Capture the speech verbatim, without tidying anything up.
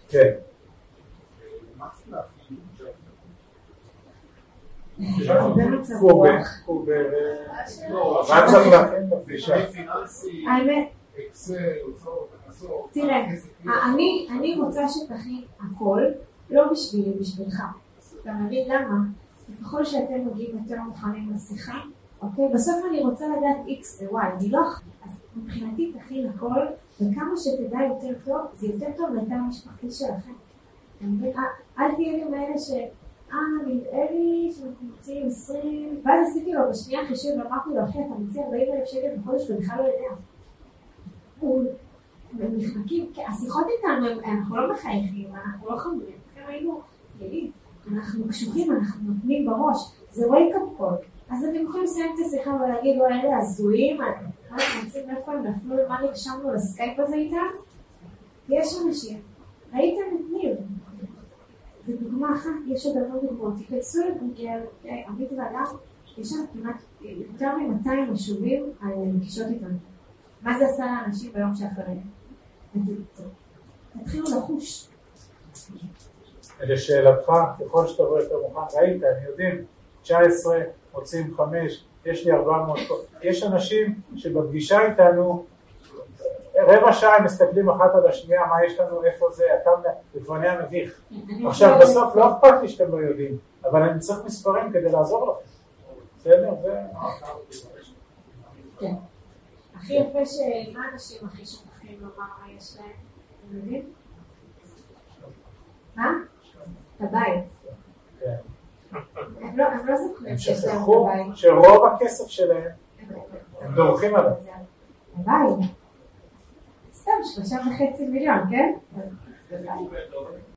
כן. קובה, קובה, מה צריך להכין בפגישה? האמת, תראה, אני רוצה שתכין הכל, לא בשבילי, בשבילך. אתה מבין למה? ככל שאתם מגיעים יותר מוכנים לשיחה, אוקיי? בסוף אני רוצה לדעת X ו-Y, אני לא אחרי. אז מבחינתי תכין הכל, וכמה שתדע יותר טוב, זה יותר טוב לתא המשפחתי שלכם. אל תהיה לי מאלה ש... אה, נראה לי שאנחנו מציעים עשרים, ואז עשיתי לו בשנייה חישוב ואמרתי לו, אחי, אתה מציע ארבעים אלף שקל בחודש ובכלל לא יודע. הם נחמקים, השיחות איתנו, אנחנו לא מחייכים, אנחנו לא חמורים, אחרי היינו, יגיד, אנחנו קשוחים, אנחנו נותנים בראש, זה wake-up call. אז אתם יכולים לסיים את השיחה ולהגיד, לא, אלה הזויים, אנחנו רוצים איפה הם נפלו, מה נרשמנו לסקייפ הזה איתם? יש אנשים, ראיתם את ניר. זו דוגמה אחת, יש עוד הרבה דוגמאות, תיכנסו לגוגל, עמית ואדם, יש שם כמעט יותר מ-מאתיים משובים על פגישות איתנו. מה זה עשה לאנשים ביום שאחריהם? תתחילו לחוש. לשאלתך, ככל שאתה רואה יותר מוכן, ראית, אני יודעים, תשע עשרה, מוצאים חמש, יש לי ארבע מאות, יש אנשים שבפגישה איתנו, רבע שעה הם מסתכלים אחת על השנייה, מה יש לנו, איפה זה, אתה בתווניה מביך. עכשיו, בסוף לא אכפת לי שאתם לא יודעים, אבל אני צריך מספרים כדי לעזור לכם. בסדר? זה... כן. הכי יפה שמה אנשים הכי שוכחים לומר מה יש להם, אתם יודעים? מה? את הבית. כן. הם לא זוכרים שיש להם את הבית. שרוב הכסף שלהם, הם דורכים עליו. הבית. סתם, שלושה וחצי מיליון, כן?